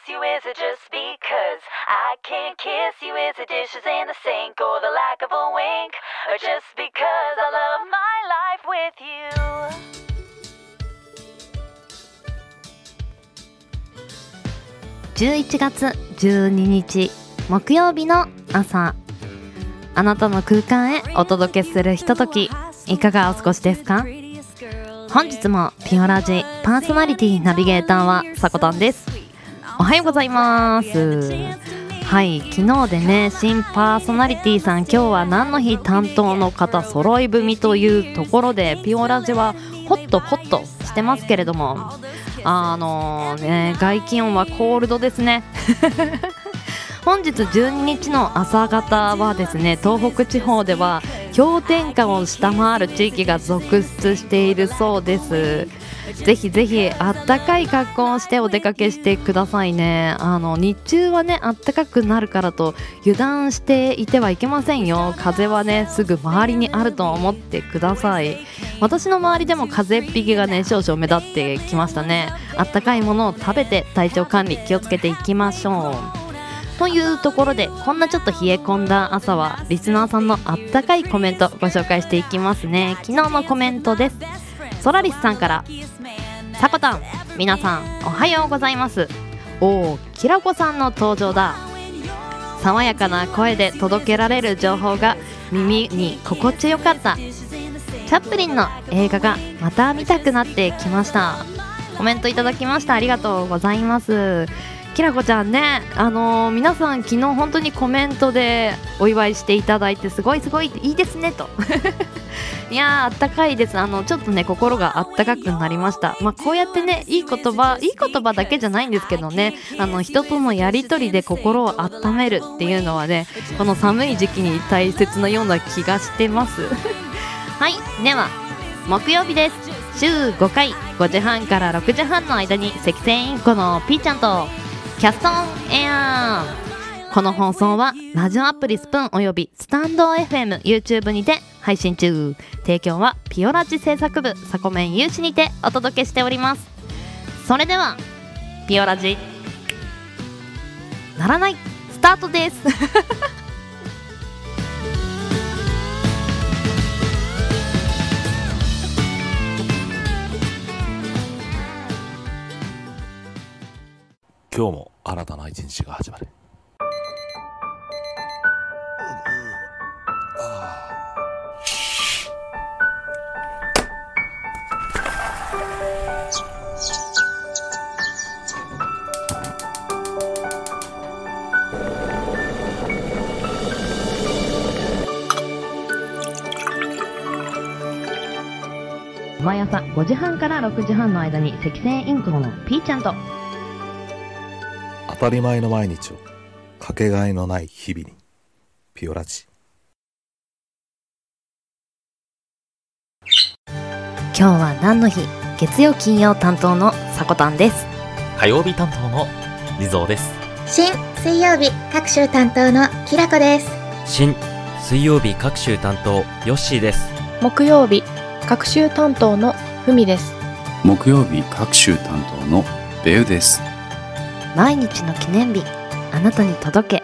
kiss you? Is it just because I can't kiss you? Is it dishes in the sink or the lack of a wink? Or just because I love my life with you? 11月12日木曜日の朝、あなたの空間へお届けするひととき、いかがお過ごしですか？本日もピオラジパーソナリティナビゲーターはさこたんです。おはようございます。はい、昨日でね、新パーソナリティさん、今日は何の日担当の方揃い踏みというところで、ピオラジはホッとしてますけれども、外気温はコールドですね本日12日の朝方はですね、東北地方では氷点下を下回る地域が続出しているそうです。ぜひぜひあったかい格好をしてお出かけしてくださいね。日中はね、あったかくなるからと油断していてはいけませんよ。風はね、すぐ周りにあると思ってください。私の周りでも風邪っ引きがね、少々目立ってきましたね。あったかいものを食べて体調管理気をつけていきましょうというところで、こんなちょっと冷え込んだ朝はリスナーさんのあったかいコメントご紹介していきますね。昨日のコメントです。ソラリスさんから、さこたん、皆さんおはようございます。おー、きらこさんの登場だ。爽やかな声で届けられる情報が耳に心地よかった。チャップリンの映画がまた見たくなってきました。コメントいただきました。ありがとうございます。きらこちゃんね、皆さん昨日本当にコメントでお祝いしていただいて、すごいいいですねといやー、あったかいです。ちょっとね、心があったかくなりました。こうやってね、いい言葉だけじゃないんですけどね、人とのやりとりで心を温めるっていうのはね、この寒い時期に大切なような気がしてますはい、では木曜日です。週5回5時半から6時半の間に赤線インコのピーちゃんとキャストオンエア。この放送はラジオアプリスプーンおよびスタンド FM、 YouTube にて配信中。提供はピオラジ制作部サコメン有志にてお届けしております。それではピオラジならないスタートです今日も新たな一日が始まる。 毎朝5時半から6時半の間に赤線インコのピーちゃんと当たり前の毎日をかけがえのない日々に、ピオラジ。 今日は何の日？月曜金曜担当のさこたんです。 火曜日担当のリゾーです。 新水曜日各週担当のきらこです。 新水曜日各週担当ヨッシーです。 木曜日各週担当のふみです。 木曜日各週担当のベウです。 毎日の記念日、あなたに届け。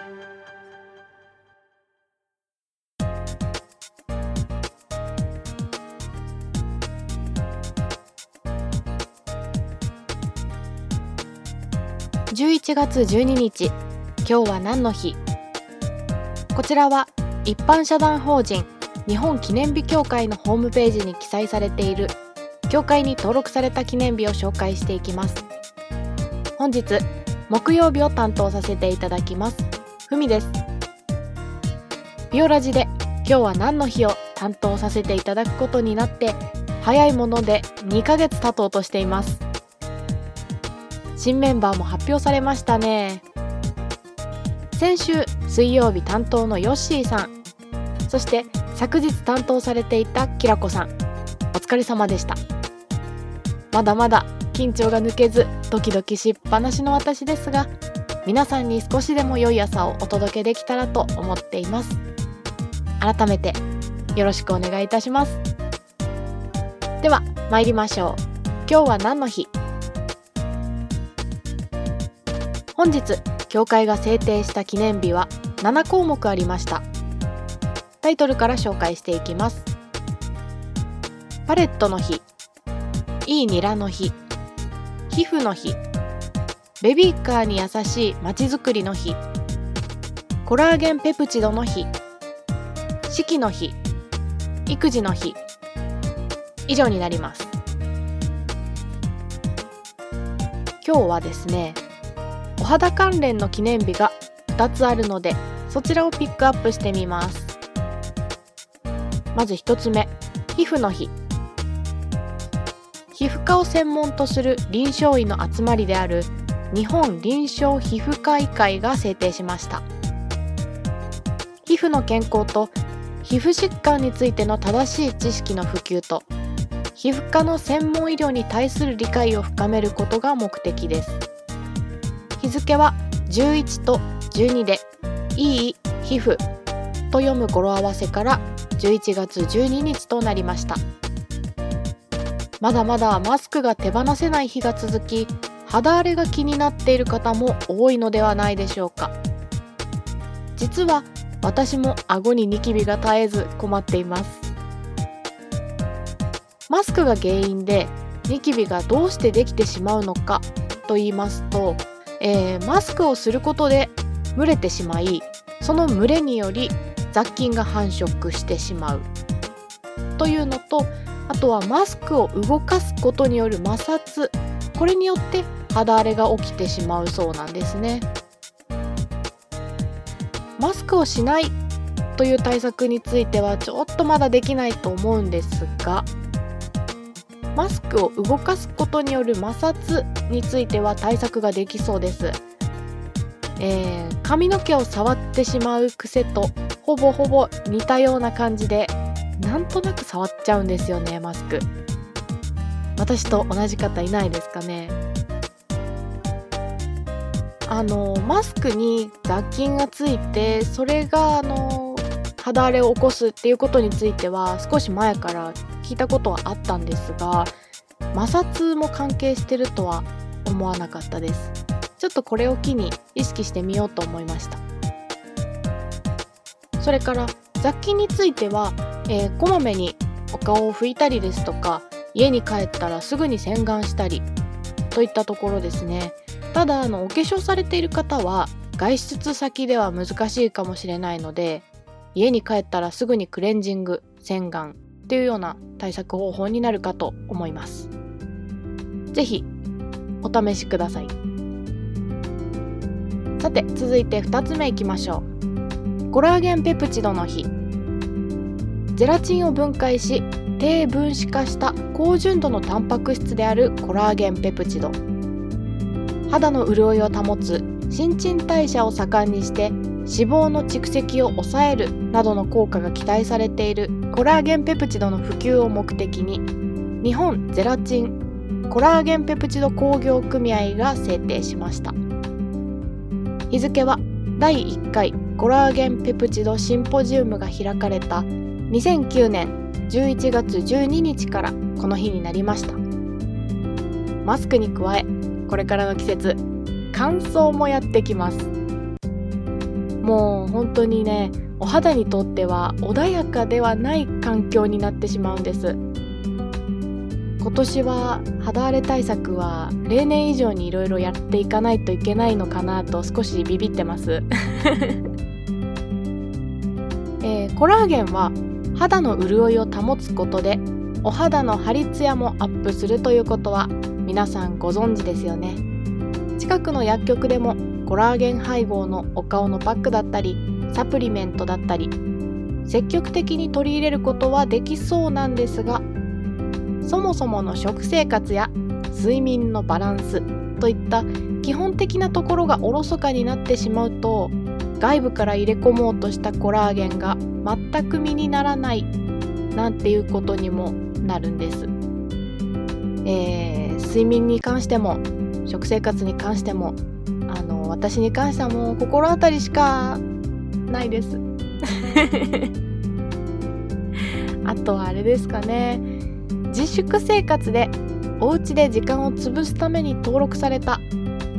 11月12日、今日は何の日？こちらは一般社団法人日本記念日協会のホームページに記載されている協会に登録された記念日を紹介していきます。本日木曜日を担当させていただきますふみです。ピオラジで今日は何の日を担当させていただくことになって、早いもので2ヶ月経とうとしています。新メンバーも発表されましたね。先週水曜日担当のヨッシーさん、そして昨日担当されていたきらこさん、お疲れ様でした。まだまだ緊張が抜けずドキドキしっぱなしの私ですが、皆さんに少しでも良い朝をお届けできたらと思っています。改めてよろしくお願いいたします。では参りましょう。今日は何の日？ 本日協会が制定した記念日は7項目ありました。タイトルから紹介していきます。パレットの日、いいニラの日、皮膚の日、ベビーカーに優しいまちづくりの日、コラーゲンペプチドの日、四季の日、育児の日、以上になります。今日はですね、お肌関連の記念日が2つあるので、そちらをピックアップしてみます。まず1つ目、皮膚の日。皮膚科を専門とする臨床医の集まりである日本臨床皮膚科医会が制定しました。皮膚の健康と皮膚疾患についての正しい知識の普及と皮膚科の専門医療に対する理解を深めることが目的です。日付は11と12でいい皮膚と読む語呂合わせから11月12日となりました。まだまだマスクが手放せない日が続き、肌荒れが気になっている方も多いのではないでしょうか。実は私も顎にニキビが絶えず困っています。マスクが原因でニキビがどうしてできてしまうのかと言いますと、マスクをすることで蒸れてしまい、その蒸れにより雑菌が繁殖してしまうというのと、あとはマスクを動かすことによる摩擦、これによって肌荒れが起きてしまうそうなんですね。マスクをしないという対策についてはちょっとまだできないと思うんですが、マスクを動かすことによる摩擦については対策ができそうです。髪の毛を触ってしまう癖とほぼ似たような感じで、なんとなく触っちゃうんですよね、マスク。私と同じ方いないですかね。マスクに雑菌がついて、それが肌荒れを起こすっていうことについては少し前から聞いたことはあったんですが、摩擦も関係してるとは思わなかったです。ちょっとこれを機に意識してみようと思いました。それから雑菌については、こまめにお顔を拭いたりですとか、家に帰ったらすぐに洗顔したりといったところですね。ただお化粧されている方は外出先では難しいかもしれないので、家に帰ったらすぐにクレンジング、洗顔っていうような対策方法になるかと思います。ぜひお試しください。さて続いて2つ目いきましょう。コラーゲンペプチドの日。ゼラチンを分解し低分子化した高純度のタンパク質であるコラーゲンペプチド。肌の潤いを保つ、新陳代謝を盛んにして脂肪の蓄積を抑えるなどの効果が期待されているコラーゲンペプチドの普及を目的に、日本ゼラチンコラーゲンペプチド工業組合が制定しました。日付は第1回コラーゲンペプチドシンポジウムが開かれた2009年11月12日からこの日になりました。マスクに加え、これからの季節、乾燥もやってきます。もう本当にね、お肌にとっては穏やかではない環境になってしまうんです。今年は肌荒れ対策は例年以上にいろいろやっていかないといけないのかなと少しビビってますコラーゲンは肌の潤いを保つことでお肌のハリツヤもアップするということは皆さんご存知ですよね。近くの薬局でもコラーゲン配合のお顔のパックだったりサプリメントだったり積極的に取り入れることはできそうなんですが、そもそもの食生活や睡眠のバランスといった基本的なところがおろそかになってしまうと、外部から入れ込もうとしたコラーゲンが全く身にならないなんていうことにもなるんです。睡眠に関しても食生活に関しても私に関してはもう心当たりしかないですあとはあれですかね、自粛生活でお家で時間を潰すために登録された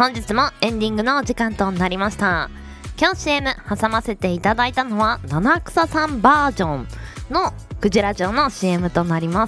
本日もエンディングのお時間となりました。今日 CM 挟ませていただいたのは七草さんバージョンのクジラジオの CM となります。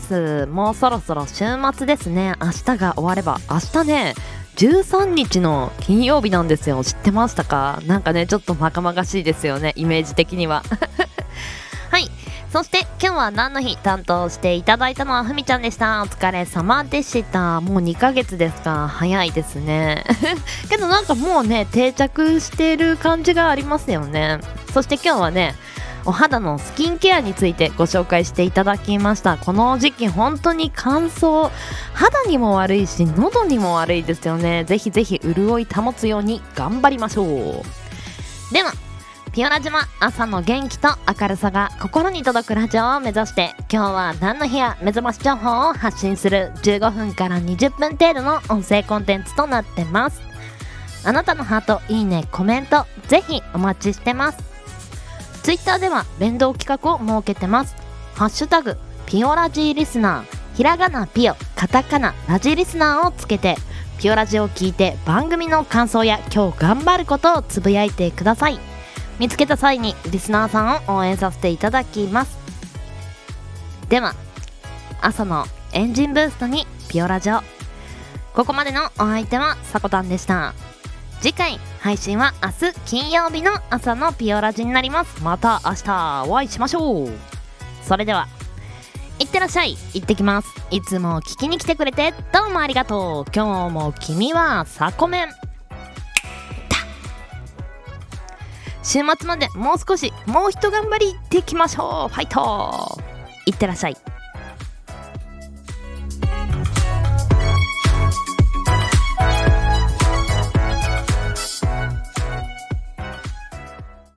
もうそろそろ週末ですね。明日が終われば、明日ね13日の金曜日なんですよ。知ってましたか？なんかねちょっとまかまがしいですよね、イメージ的にははい、そして今日は何の日担当していただいたのはふみちゃんでした。お疲れ様でした。もう2ヶ月ですか。早いですねけどなんかもうね定着してる感じがありますよね。そして今日はねお肌のスキンケアについてご紹介していただきました。この時期本当に乾燥、肌にも悪いし喉にも悪いですよね。ぜひぜひ潤い保つように頑張りましょう。ではピオラ島、朝の元気と明るさが心に届くラジオを目指して、今日は何の日や目覚まし情報を発信する15分から20分程度の音声コンテンツとなってます。あなたのハート、いいね、コメントぜひお待ちしてます。ツイッターでは連動企画を設けてます。ハッシュタグピオラジーリスナー、ひらがなピオ、カタカナラジリスナーをつけてピオラジを聞いて番組の感想や今日頑張ることをつぶやいてください。見つけた際にリスナーさんを応援させていただきます。では朝のエンジンブーストにピオラジオ。ここまでのお相手はさこたんでした。次回配信は明日金曜日の朝のピオラジになります。また明日お会いしましょう。それではいってらっしゃい。行ってきます。いつも聞きに来てくれてどうもありがとう。今日も君はサコメン。週末までもう少し、もう一頑張りできましょう。ファイト。いってらっしゃい。